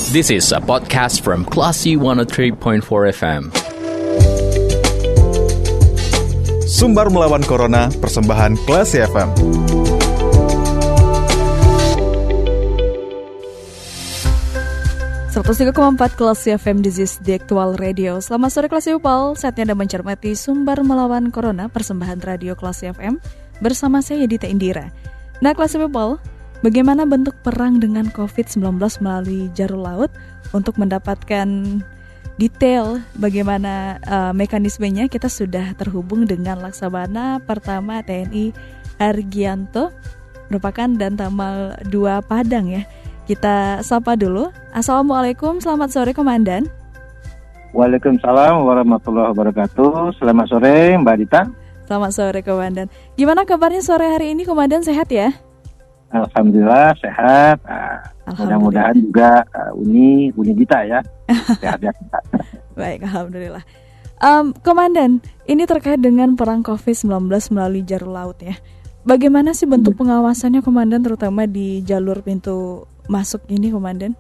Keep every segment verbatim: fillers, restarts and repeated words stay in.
This is a podcast from Classy one oh three point four F M. Sumbar melawan Corona, persembahan Classy F M. seratus tiga koma empat Classy F M, this is the actual radio. Selamat sore Classy People, saatnya Anda mencermati Sumbar melawan Corona, persembahan radio Classy F M bersama saya Dita Indira. Nah Classy People, bagaimana bentuk perang dengan covid sembilan belas melalui jalur laut? Untuk mendapatkan detail bagaimana uh, mekanismenya, kita sudah terhubung dengan Laksamana Pertama T N I Argianto, merupakan Dantamal dua Padang ya. Kita sapa dulu. Assalamualaikum, selamat sore Komandan. Waalaikumsalam warahmatullahi wabarakatuh. Selamat sore Mbak Dita. Selamat sore Komandan. Gimana kabarnya sore hari ini Komandan, sehat ya? Alhamdulillah sehat. Uh, mudah-mudahan juga uh, Uni Uni Dita ya sehat ya. Baik, alhamdulillah. Um, Komandan, ini terkait dengan perang covid sembilan belas melalui jalur laut ya. Bagaimana sih bentuk hmm. pengawasannya Komandan, terutama di jalur pintu masuk ini Komandan?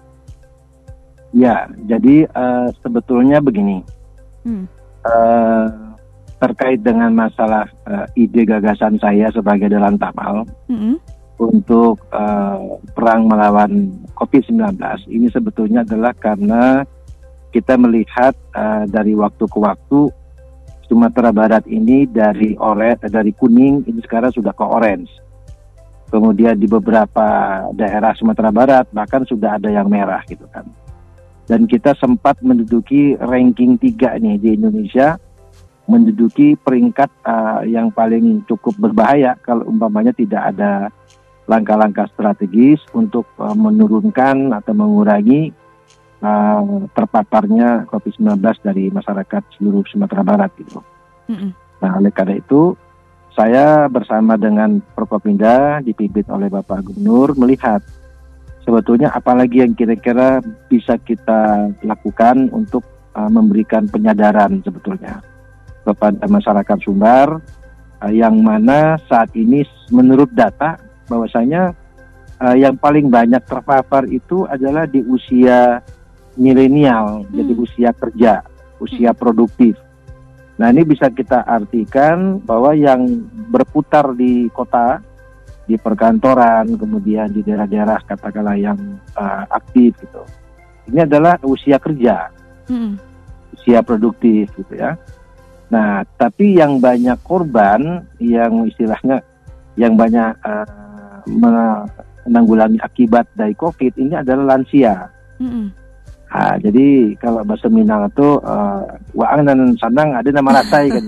Ya, jadi uh, sebetulnya begini. Hmm. Uh, terkait dengan masalah uh, ide gagasan saya sebagai Dantamal hmm. untuk uh, perang melawan covid sembilan belas ini sebetulnya adalah karena kita melihat uh, dari waktu ke waktu Sumatera Barat ini dari orange, dari kuning ini sekarang sudah ke orange. Kemudian di beberapa daerah Sumatera Barat bahkan sudah ada yang merah gitu kan. Dan kita sempat menduduki ranking tiga nih di Indonesia, menduduki peringkat uh, yang paling cukup berbahaya kalau umpamanya tidak ada langkah-langkah strategis untuk uh, menurunkan atau mengurangi uh, terpaparnya covid sembilan belas dari masyarakat seluruh Sumatera Barat gitu. Mm-hmm. Nah, oleh karena itu saya bersama dengan Forkopimda dipimpin oleh Bapak Gubernur melihat sebetulnya apalagi yang kira-kira bisa kita lakukan untuk uh, memberikan penyadaran sebetulnya kepada masyarakat Sumbar uh, yang mana saat ini menurut data bahwasanya uh, yang paling banyak terpapar itu adalah di usia milenial, hmm. jadi usia kerja, usia produktif. Nah ini bisa kita artikan bahwa yang berputar di kota, di perkantoran, kemudian di daerah-daerah katakanlah yang uh, aktif gitu, ini adalah usia kerja, hmm. usia produktif gitu ya. Nah tapi yang banyak korban, yang istilahnya yang banyak uh, menanggulangi akibat dari COVID ini adalah lansia. Hmm. Nah, jadi kalau bahasa Minang itu uh, waang dan sanang ada nama ratai kan.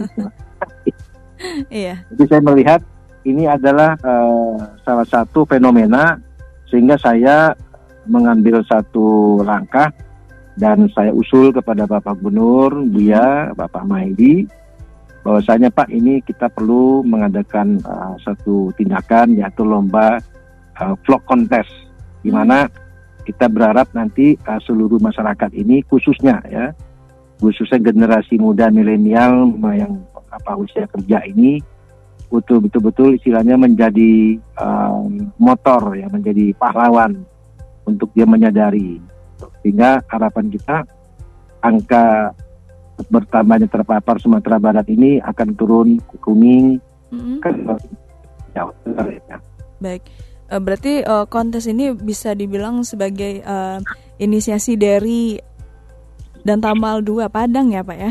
Iya. Jadi saya melihat ini adalah uh, salah satu fenomena sehingga saya mengambil satu langkah dan saya usul kepada Bapak Gubernur, Buya, Bapak Mahdi, bahwasanya Pak ini kita perlu mengadakan uh, satu tindakan yaitu lomba uh, vlog contest, di mana kita berharap nanti uh, seluruh masyarakat ini khususnya ya, khususnya generasi muda milenial yang apa usia kerja ini untuk betul-betul istilahnya menjadi um, motor ya, menjadi pahlawan untuk dia menyadari, sehingga harapan kita angka bertambahnya terpapar Sumatera Barat ini akan turun ke kuning. Mm-hmm. ke ya, ya. Baik. Berarti uh, kontes ini bisa dibilang sebagai uh, inisiasi dari Dantamal dua Padang ya Pak ya?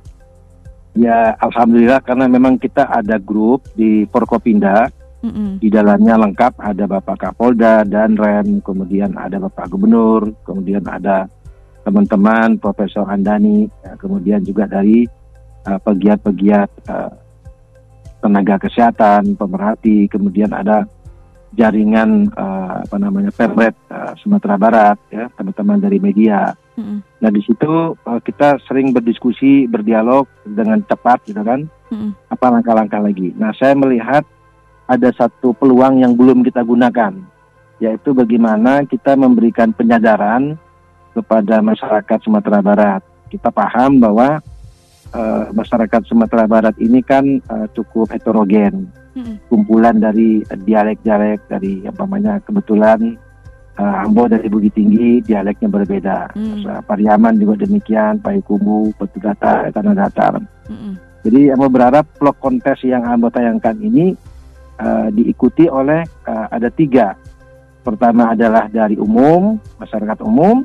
Ya alhamdulillah, karena memang kita ada grup di Forkopimda, mm-hmm. di dalamnya lengkap ada Bapak Kapolda dan Rem, kemudian ada Bapak Gubernur, kemudian ada teman-teman Profesor Andani, ya, kemudian juga dari uh, pegiat-pegiat uh, tenaga kesehatan, pemerhati, kemudian ada jaringan uh, apa namanya Pemret uh, Sumatera Barat ya, teman-teman dari media. Mm-hmm. Nah di situ uh, kita sering berdiskusi, berdialog dengan cepat gitu kan. Mm-hmm. Apa langkah-langkah lagi. Nah saya melihat ada satu peluang yang belum kita gunakan, yaitu bagaimana kita memberikan penyadaran kepada masyarakat Sumatera Barat. Kita paham bahwa uh, masyarakat Sumatera Barat ini kan uh, cukup heterogen. Hmm. Kumpulan dari dialek-dialek dari apa namanya kebetulan uh, Ambo dari Bukit Tinggi dialeknya berbeda. Hmm. Pariaman juga demikian, Payakumbuh, Batu Datar, Tanah Datar. Hmm. Jadi Ambo berharap vlog kontes yang Ambo tayangkan ini uh, diikuti oleh uh, ada tiga. Pertama adalah dari umum, masyarakat umum.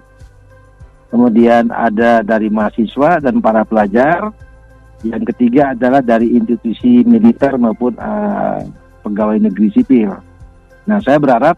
Kemudian ada dari mahasiswa dan para pelajar. Yang ketiga adalah dari institusi militer maupun uh, pegawai negeri sipil. Nah, saya berharap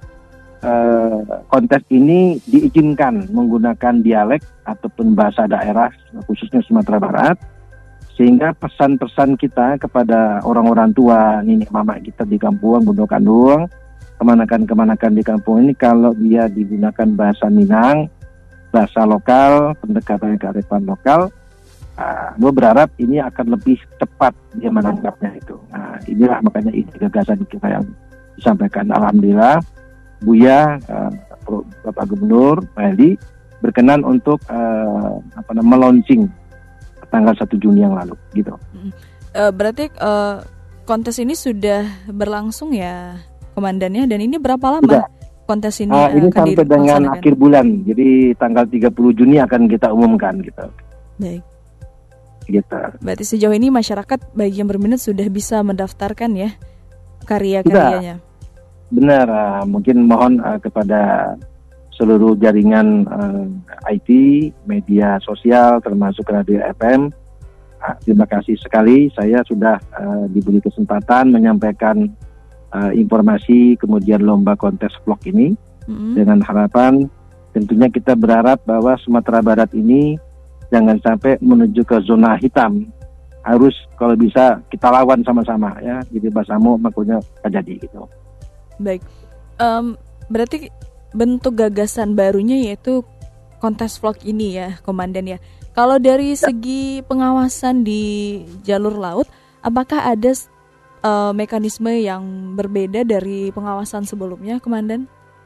uh, kontes ini diizinkan menggunakan dialek ataupun bahasa daerah, khususnya Sumatera Barat, sehingga pesan-pesan kita kepada orang-orang tua, nenek mama kita di kampung, Bondo Kandung, kemanakan-kemanakan di kampung ini, kalau dia digunakan bahasa Minang, bahasa lokal, pendekatan kearifan lokal, uh, gue berharap ini akan lebih cepat dia menangkapnya itu. Nah, inilah makanya ide gagasan kita yang disampaikan. Alhamdulillah, Buya, uh, Bapak Gubernur, Pak Hedi, berkenan untuk uh, apa namanya melaunching tanggal satu Juni yang lalu, gitu. Uh, berarti uh, kontes ini sudah berlangsung ya, komandannya, dan ini berapa lama? Sudah. Kontes ini, uh, ini sampai dengan akhir bulan, jadi tanggal tiga puluh Juni akan kita umumkan gitu. Baik. Gitu. Berarti sejauh ini masyarakat bagi yang berminat sudah bisa mendaftarkan ya karya-karyanya. Benar, uh, mungkin mohon uh, kepada seluruh jaringan uh, I T, media sosial, termasuk radio F M. Uh, terima kasih sekali, saya sudah uh, diberi kesempatan menyampaikan Uh, informasi kemudian lomba kontes vlog ini, mm-hmm. dengan harapan tentunya kita berharap bahwa Sumatera Barat ini jangan sampai menuju ke zona hitam, harus kalau bisa kita lawan sama-sama ya, jadi basamu makanya terjadi gitu. Baik, um, berarti bentuk gagasan barunya yaitu kontes vlog ini ya, Komandan ya. Kalau dari ya. segi pengawasan di jalur laut, apakah ada Uh, mekanisme yang berbeda dari pengawasan sebelumnya, Komandan?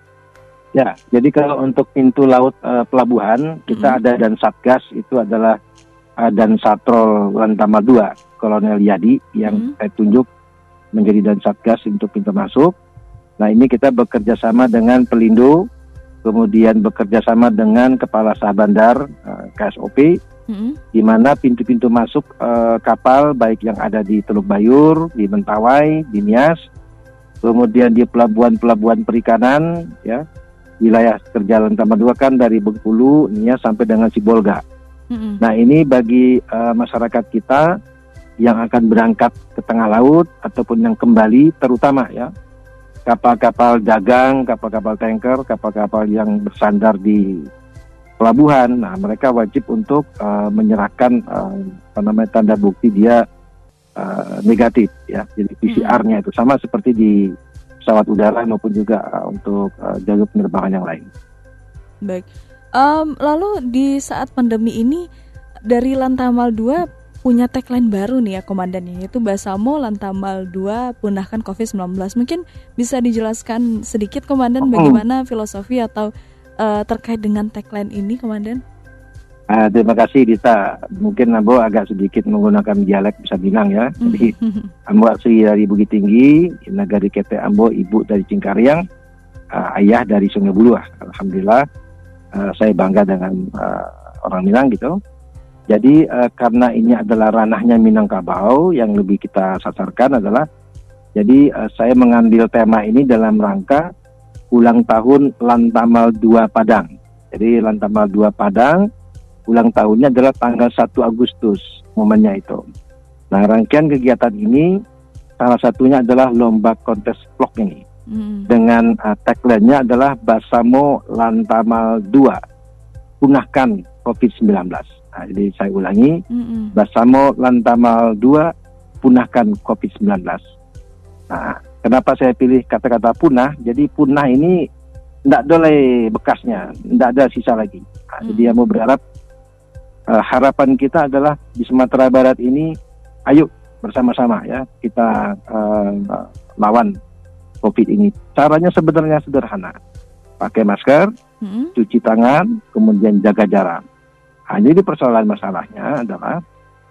Ya, jadi kalau untuk pintu laut uh, pelabuhan, kita mm-hmm. ada dan Satgas, itu adalah uh, dan Satrol Lantamal dua, Kolonel Yadi, yang mm-hmm. saya tunjuk menjadi dan Satgas untuk pintu masuk. Nah, ini kita bekerja sama dengan Pelindo, kemudian bekerja sama dengan Kepala Sah Bandar, uh, K S O P, Mm-hmm. di mana pintu-pintu masuk uh, kapal baik yang ada di Teluk Bayur, di Mentawai, di Nias, kemudian di pelabuhan-pelabuhan perikanan, ya, wilayah kerja Lantamal dua kan dari Bengkulu, Nias sampai dengan Sibolga. Mm-hmm. Nah, ini bagi uh, masyarakat kita yang akan berangkat ke tengah laut ataupun yang kembali, terutama ya kapal-kapal dagang, kapal-kapal tanker, kapal-kapal yang bersandar di pelabuhan. Nah, mereka wajib untuk uh, menyerahkan uh, apa namanya tanda bukti dia uh, negatif ya, jadi P C R-nya itu sama seperti di pesawat udara maupun juga uh, untuk uh, jalur penerbangan yang lain. Baik, um, lalu di saat pandemi ini dari Lantamal dua punya tagline baru nih ya, Komandannya, yaitu Basamo Lantamal dua punahkan covid sembilan belas. Mungkin bisa dijelaskan sedikit, Komandan, bagaimana filosofi atau Uh, terkait dengan tagline ini, Komandan? Uh, terima kasih, Dita. Mungkin Ambo agak sedikit menggunakan dialek bisa bilang ya. Jadi Ambo asli dari Bukit Tinggi, Nagari Kete Ambo, ibu dari Cingkariang, uh, ayah dari Sungai Buluah. Alhamdulillah, uh, saya bangga dengan uh, orang Minang gitu. Jadi uh, karena ini adalah ranahnya Minangkabau, yang lebih kita sasarkan adalah, jadi uh, saya mengambil tema ini dalam rangka ulang tahun Lantamal dua Padang. Jadi Lantamal dua Padang, ulang tahunnya adalah tanggal satu Agustus, momennya itu. Nah, rangkaian kegiatan ini salah satunya adalah lomba kontes vlog ini. Mm. Dengan uh, tagline-nya adalah Basamo Lantamal dua, punahkan covid sembilan belas. Nah, jadi saya ulangi, Mm-mm. Basamo Lantamal dua, punahkan covid sembilan belas. Nah, kenapa saya pilih kata-kata punah? Jadi punah ini tidak boleh bekasnya, tidak ada sisa lagi. Nah, hmm. Jadi yang mau berharap, uh, harapan kita adalah di Sumatera Barat ini, ayo bersama-sama ya kita uh, lawan COVID ini. Caranya sebenarnya sederhana, pakai masker, hmm. cuci tangan, kemudian jaga jarak. Nah, jadi persoalan masalahnya adalah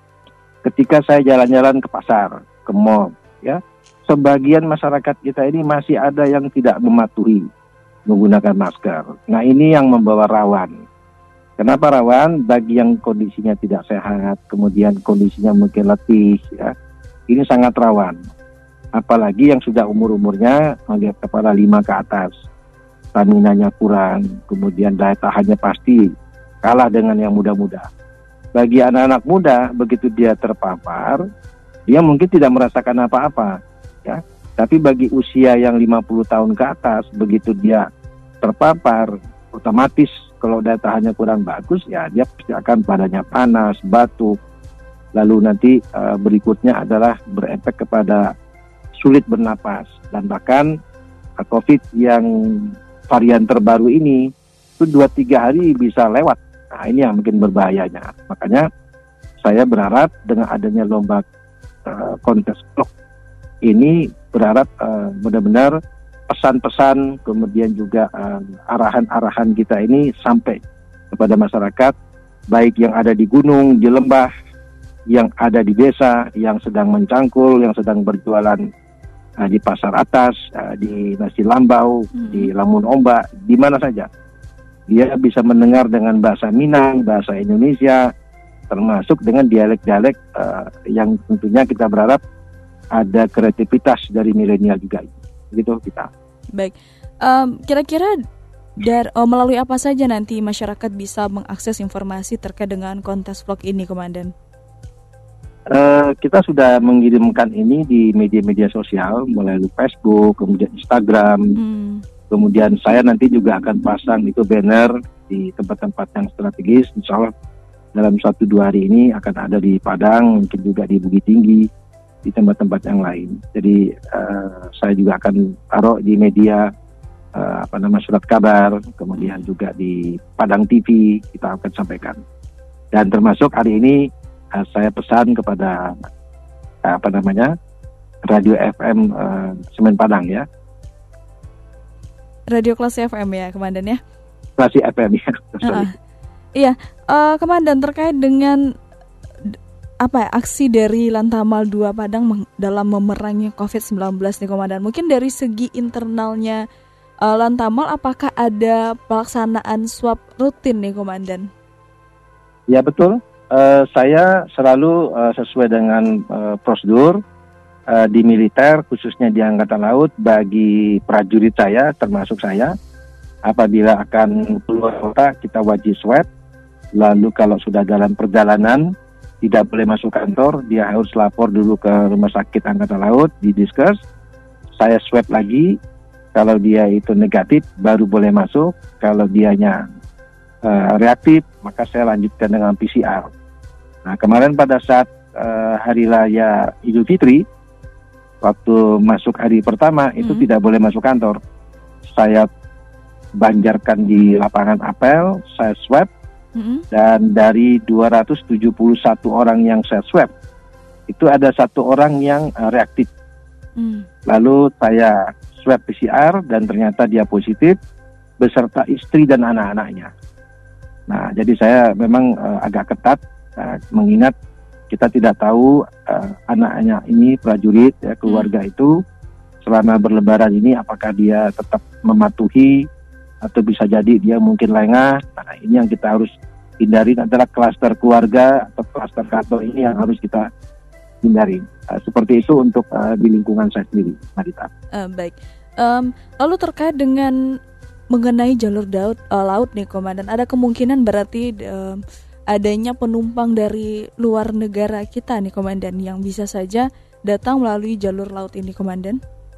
ketika saya jalan-jalan ke pasar, ke mall, ya. Sebagian masyarakat kita ini masih ada yang tidak mematuhi menggunakan masker. Nah, ini yang membawa rawan. Kenapa rawan? Bagi yang kondisinya tidak sehat, kemudian kondisinya mungkin letih, ya, ini sangat rawan. Apalagi yang sudah umur-umurnya melihat kepala lima ke atas, staminanya kurang, kemudian daya tahannya pasti kalah dengan yang muda-muda. Bagi anak-anak muda, begitu dia terpapar, dia mungkin tidak merasakan apa-apa, ya. Tapi bagi usia yang lima puluh tahun ke atas, begitu dia terpapar, otomatis kalau daya tahannya kurang bagus, ya dia pasti akan badannya panas, batuk. Lalu nanti uh, berikutnya adalah berefek kepada sulit bernapas. Dan bahkan uh, COVID yang varian terbaru ini itu dua tiga hari bisa lewat. Nah, ini yang mungkin berbahayanya. Makanya saya berharap dengan adanya lomba uh, kontes vlog ini, berharap uh, benar-benar pesan-pesan, kemudian juga uh, arahan-arahan kita ini sampai kepada masyarakat, baik yang ada di gunung, di lembah, yang ada di desa, yang sedang mencangkul, yang sedang berjualan uh, di pasar atas, uh, di Nasi Lambau, hmm. di Lamun Ombak, di mana saja. Dia bisa mendengar dengan bahasa Minang, bahasa Indonesia, termasuk dengan dialek-dialek uh, yang tentunya kita berharap ada kreativitas dari milenial juga. Gitu kita. Baik, um, kira-kira dar, oh, melalui apa saja nanti masyarakat bisa mengakses informasi terkait dengan kontes vlog ini, Komandan? Uh, kita sudah mengirimkan ini di media-media sosial, mulai dari Facebook, kemudian Instagram, hmm. kemudian saya nanti juga akan pasang itu banner di tempat-tempat yang strategis. Insya Allah dalam satu dua hari ini akan ada di Padang, mungkin juga di Bukit Tinggi, di tempat-tempat yang lain. Jadi uh, saya juga akan taruh di media uh, apa nama surat kabar, kemudian juga di Padang T V kita akan sampaikan. Dan termasuk hari ini uh, saya pesan kepada uh, apa namanya radio F M uh, Semen Padang, ya. Radio Klasi F M, ya, Komandan, ya. Klasi F M, ya. Uh-uh. Iya, uh, Komandan, terkait dengan apa ya, aksi dari Lantamal dua Padang meng- dalam memerangi covid sembilan belas nih, Komandan. Mungkin dari segi internalnya uh, Lantamal, apakah ada pelaksanaan swab rutin nih, Komandan? Ya, betul. Uh, saya selalu uh, sesuai dengan uh, prosedur uh, di militer, khususnya di Angkatan Laut, bagi prajurit saya, termasuk saya, apabila akan keluar kota kita wajib swab. Lalu kalau sudah dalam perjalanan tidak boleh masuk kantor, dia harus lapor dulu ke Rumah Sakit Angkatan Laut, di Diskes. Saya swab lagi, kalau dia itu negatif baru boleh masuk. Kalau dianya uh, reaktif, maka saya lanjutkan dengan P C R. Nah, kemarin pada saat uh, Hari Raya Idul Fitri, waktu masuk hari pertama itu hmm. tidak boleh masuk kantor. Saya banjarkan di lapangan apel, saya swab. Mm-hmm. Dan dari dua ratus tujuh puluh satu orang yang saya swab, itu ada satu orang yang uh, reaktif. Mm. Lalu saya swab P C R dan ternyata dia positif beserta istri dan anak-anaknya. Nah, jadi saya memang uh, agak ketat uh, mengingat kita tidak tahu uh, anaknya ini prajurit, ya, keluarga mm. itu selama berlebaran ini apakah dia tetap mematuhi atau bisa jadi dia mungkin lengah. Nah, ini yang kita harus hindari, adalah klaster keluarga atau klaster kantor ini yang harus kita hindari. Uh, seperti itu untuk uh, di lingkungan saya sendiri, Marita. Uh, baik. Um, lalu terkait dengan mengenai jalur daud, uh, laut nih, Komandan, ada kemungkinan berarti uh, adanya penumpang dari luar negara kita nih, Komandan, yang bisa saja datang melalui jalur laut ini, Komandan.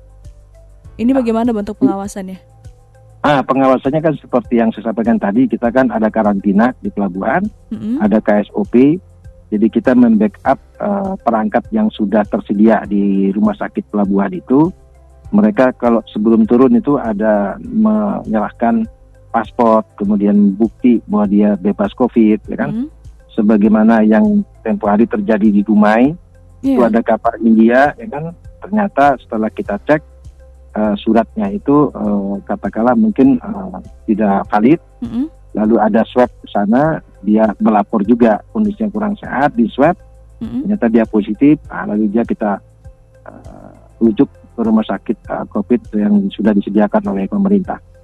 Ini bagaimana bentuk pengawasannya? Ah, pengawasannya kan seperti yang saya sampaikan tadi, kita kan ada karantina di pelabuhan, mm-hmm. ada K S O P, jadi kita membackup uh, perangkat yang sudah tersedia di rumah sakit pelabuhan itu. Mereka kalau sebelum turun itu ada menyerahkan paspor, kemudian bukti bahwa dia bebas COVID, ya kan? Mm-hmm. Sebagaimana yang tempo hari terjadi di Dumai, yeah. itu ada kapal India, ya kan? Ternyata setelah kita cek, Uh, suratnya itu uh, katakanlah mungkin uh, tidak valid, mm-hmm. lalu ada swab ke sana, dia melapor juga kondisinya kurang sehat, di swab, mm-hmm. ternyata dia positif, nah, lalu dia kita uh, rujuk ke rumah sakit uh, COVID yang sudah disediakan oleh pemerintah.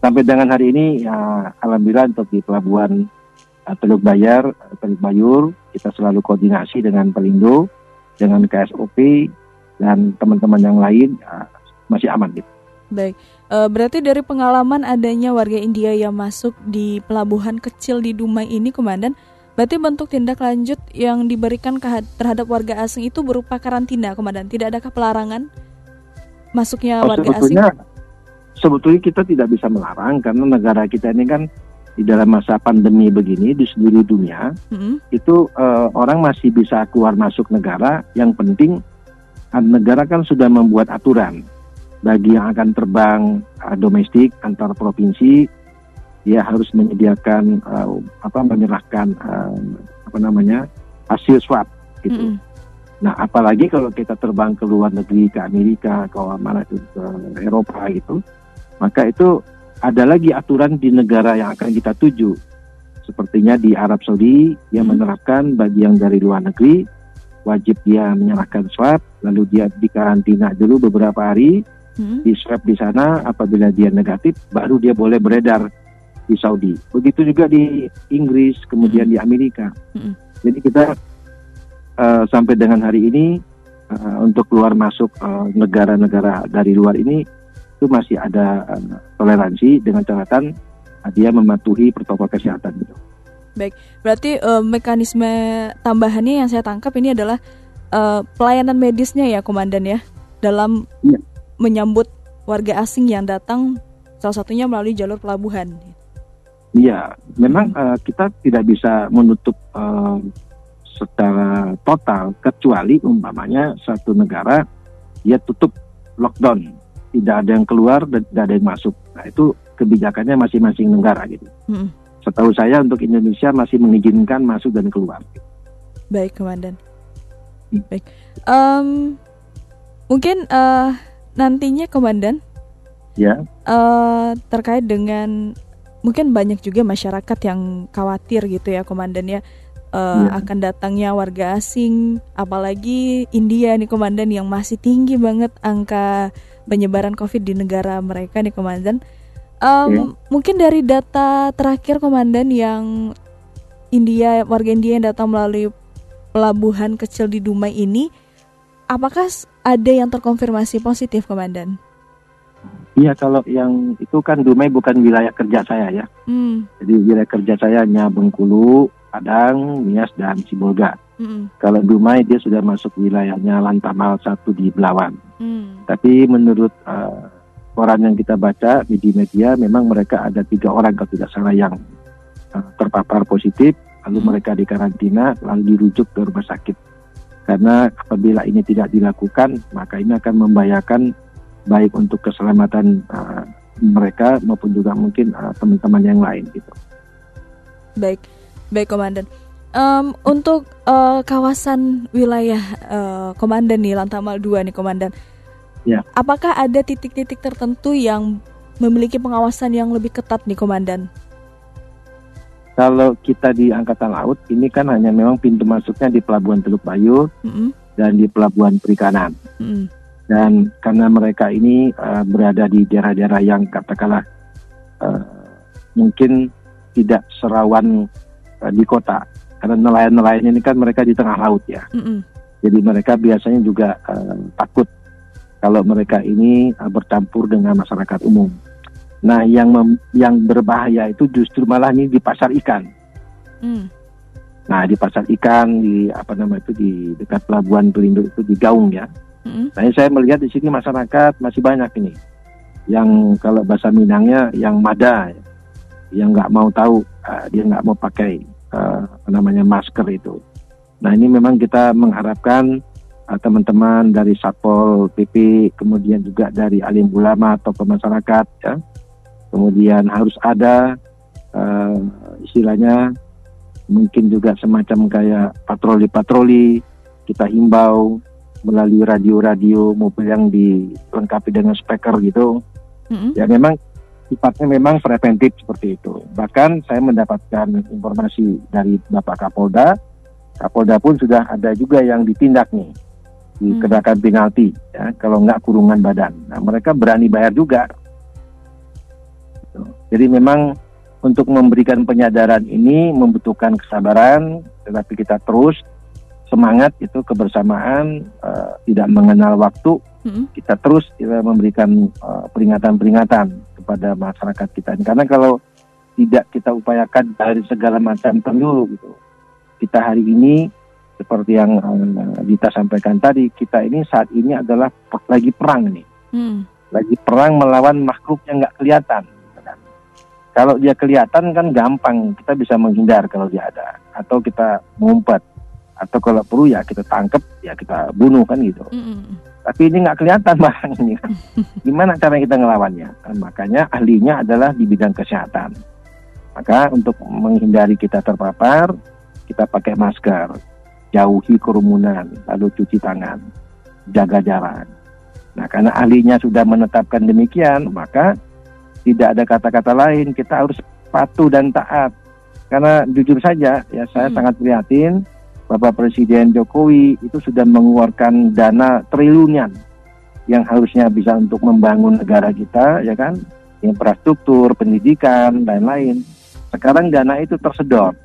sampai dengan hari ini ya, alhamdulillah untuk di pelabuhan uh, Teluk Bayar, Teluk Bayur, kita selalu koordinasi dengan Pelindo, dengan K S O P dan teman-teman yang lain uh, masih aman gitu. Baik, uh, berarti dari pengalaman adanya warga India yang masuk di pelabuhan kecil di Dumai ini, Komandan, berarti bentuk tindak lanjut yang diberikan terhadap warga asing itu berupa karantina, Komandan. Tidak adakah pelarangan masuknya oh, warga sebetulnya, asing? Sebetulnya kita tidak bisa melarang karena negara kita ini kan di dalam masa pandemi begini di seluruh dunia mm-hmm. itu uh, orang masih bisa keluar masuk negara. Yang penting negara kan sudah membuat aturan bagi yang akan terbang uh, domestik antar provinsi, dia harus menyediakan uh, apa menyerahkan uh, apa namanya hasil swab gitu. Mm-hmm. Nah, apalagi kalau kita terbang ke luar negeri, ke Amerika, ke mana itu, ke Eropa gitu, maka itu ada lagi aturan di negara yang akan kita tuju. Sepertinya di Arab Saudi, dia hmm. menerapkan bagi yang dari luar negeri, wajib dia menyerahkan swab, lalu dia dikarantina dulu beberapa hari, hmm. di swab di sana, apabila dia negatif, baru dia boleh beredar di Saudi. Begitu juga di Inggris, kemudian hmm. di Amerika. Hmm. Jadi kita Uh, sampai dengan hari ini uh, untuk keluar masuk uh, negara-negara dari luar ini itu masih ada uh, toleransi dengan catatan uh, dia mematuhi protokol kesehatan gitu. Baik, berarti uh, mekanisme tambahannya yang saya tangkap ini adalah uh, pelayanan medisnya ya, Komandan ya, dalam ya. menyambut warga asing yang datang, salah satunya melalui jalur pelabuhan. Iya, memang hmm. uh, kita tidak bisa menutup uh, secara total, kecuali umpamanya satu negara dia tutup lockdown, tidak ada yang keluar dan tidak ada yang masuk. Nah itu kebijakannya masing-masing negara gitu. Hmm. Setahu saya untuk Indonesia masih mengizinkan masuk dan keluar. Baik, Komandan. Hmm. Baik, um, mungkin uh, nantinya Komandan, ya uh, terkait dengan mungkin banyak juga masyarakat yang khawatir gitu ya, Komandan ya. Uh, ya. Akan datangnya warga asing, apalagi India nih, Komandan, yang masih tinggi banget angka penyebaran COVID di negara mereka nih, Komandan. Um, ya. Mungkin dari data terakhir, Komandan, yang India, warga India yang datang melalui pelabuhan kecil di Dumai ini, apakah ada yang terkonfirmasi positif, Komandan? Iya, kalau yang itu kan Dumai bukan wilayah kerja saya ya. Hmm. Jadi wilayah kerja saya hanya Bengkulu, Padang, Nias, dan Sibolga. Mm. Kalau Dumai dia sudah masuk wilayahnya Lantamal satu di Belawan. Mm. Tapi menurut uh, koran yang kita baca di media, memang mereka ada tiga orang kalau tidak salah yang uh, terpapar positif, lalu mm. mereka dikarantina, lalu dirujuk ke rumah sakit. Karena apabila ini tidak dilakukan, maka ini akan membahayakan baik untuk keselamatan uh, mereka maupun juga mungkin uh, teman-teman yang lain gitu. Baik. Baik, Komandan. Um, untuk uh, kawasan wilayah uh, Komandan nih, Lantamal dua nih, Komandan. Ya. Apakah ada titik-titik tertentu yang memiliki pengawasan yang lebih ketat nih, Komandan? Kalau kita di Angkatan Laut, ini kan hanya memang pintu masuknya di Pelabuhan Teluk Bayur mm-hmm. dan di Pelabuhan Perikanan. Mm-hmm. Dan karena mereka ini uh, berada di daerah-daerah yang katakanlah uh, mungkin tidak serawan di kota, karena nelayan-nelayan ini kan mereka di tengah laut ya. Mm-hmm. Jadi mereka biasanya juga uh, takut kalau mereka ini uh, bercampur dengan masyarakat umum. Nah, yang mem- yang berbahaya itu justru malah ini di pasar ikan. Mm. Nah, di pasar ikan di apa namanya itu di dekat Pelabuhan Pelindo itu di Gaung ya. Mm-hmm. Nah, saya melihat di sini masyarakat masih banyak ini yang kalau bahasa Minangnya yang mada, yang nggak mau tahu, uh, dia nggak mau pakai Uh, namanya masker itu. Nah ini memang kita mengharapkan uh, teman-teman dari Satpol P P, kemudian juga dari alim ulama atau masyarakat, ya. Kemudian harus ada uh, istilahnya mungkin juga semacam kayak patroli-patroli. Kita himbau melalui radio-radio, mobil yang dilengkapi dengan speaker gitu. Mm-hmm. Ya memang sifatnya memang preventif seperti itu. Bahkan saya mendapatkan informasi dari Bapak Kapolda, Kapolda pun sudah ada juga yang ditindak nih, dikenakan hmm. penalti, ya, kalau nggak kurungan badan. Nah mereka berani bayar juga. Jadi memang untuk memberikan penyadaran ini membutuhkan kesabaran, tetapi kita terus semangat itu kebersamaan, uh, tidak mengenal waktu. Mm-hmm. Kita terus kita memberikan uh, peringatan-peringatan kepada masyarakat kita. Karena kalau tidak kita upayakan dari segala macam penjuru gitu. Kita hari ini seperti yang uh, Dita sampaikan tadi, kita ini saat ini adalah lagi perang nih. Mm. Lagi perang melawan makhluk yang nggak kelihatan. Kalau dia kelihatan kan gampang, kita bisa menghindar kalau dia ada. Atau kita ngumpet. Atau kalau perlu ya kita tangkap, ya kita bunuh kan gitu. Mm-hmm. Tapi ini nggak kelihatan barang ini kan. Gimana cara kita ngelawannya? Nah, makanya ahlinya adalah di bidang kesehatan. Maka untuk menghindari kita terpapar, kita pakai masker. Jauhi kerumunan, lalu cuci tangan. Jaga jarak. Nah karena ahlinya sudah menetapkan demikian, maka tidak ada kata-kata lain, kita harus patuh dan taat. Karena jujur saja, ya saya hmm. sangat prihatin, Bapak Presiden Jokowi itu sudah mengeluarkan dana triliunan yang harusnya bisa untuk membangun negara kita, ya kan, infrastruktur, pendidikan, lain-lain. Sekarang dana itu tersedot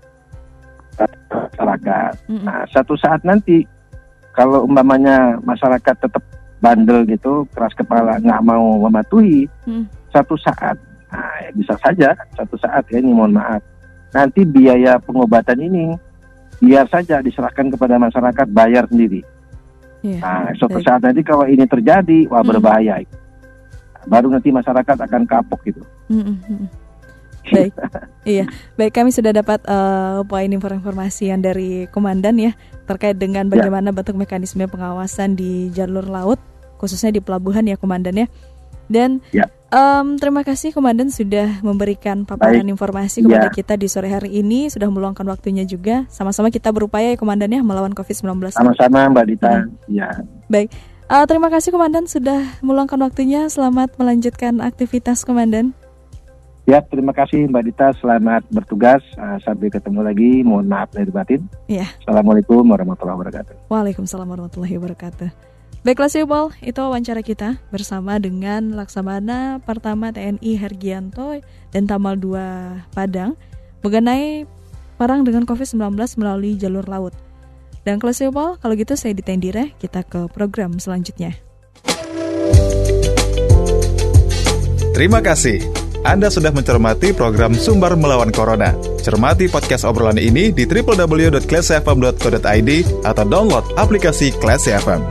masyarakat. Hmm. Nah, satu saat nanti kalau umpamanya masyarakat tetap bandel gitu, keras kepala, nggak mau mematuhi. Hmm. Satu saat, nah, bisa saja satu saat ya ini mohon maaf, nanti biaya pengobatan ini biar saja diserahkan kepada masyarakat, bayar sendiri. Yeah, nah, suatu saat nanti kalau ini terjadi, wah berbahaya. Mm. Nah, baru nanti masyarakat akan kapok gitu. Mm-hmm. Baik, iya, baik kami sudah dapat uh, poin informasi yang dari Komandan ya terkait dengan bagaimana yeah. bentuk mekanisme pengawasan di jalur laut, khususnya di pelabuhan ya Komandan ya. Dan ya. um, terima kasih Komandan sudah memberikan paparan Baik. informasi kepada ya. kita di sore hari ini, sudah meluangkan waktunya juga. Sama-sama kita berupaya ya Komandan ya melawan covid sembilan belas. Sama-sama Mbak Dita. Hmm. Ya. Baik, uh, terima kasih Komandan sudah meluangkan waktunya. Selamat melanjutkan aktivitas Komandan. Ya, terima kasih Mbak Dita. Selamat bertugas. Uh, sampai ketemu lagi. Mohon maaf lahir batin. Ya. Assalamualaikum warahmatullahi wabarakatuh. Waalaikumsalam warahmatullahi wabarakatuh. Baiklah Siupol, itu wawancara kita bersama dengan Laksamana Pertama T N I Hergianto dan Tamal dua Padang mengenai perang dengan covid sembilan belas melalui jalur laut. Dan kalau Siupol, kalau gitu saya Dita Indira, kita ke program selanjutnya. Terima kasih. Anda sudah mencermati program Sumber Melawan Corona. Cermati podcast obrolan ini di double-u double-u double-u dot classy f m dot co dot i d atau download aplikasi Classy F M.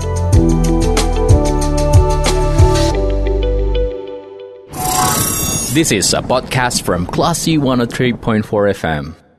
This is a podcast from Classy one oh three point four F M.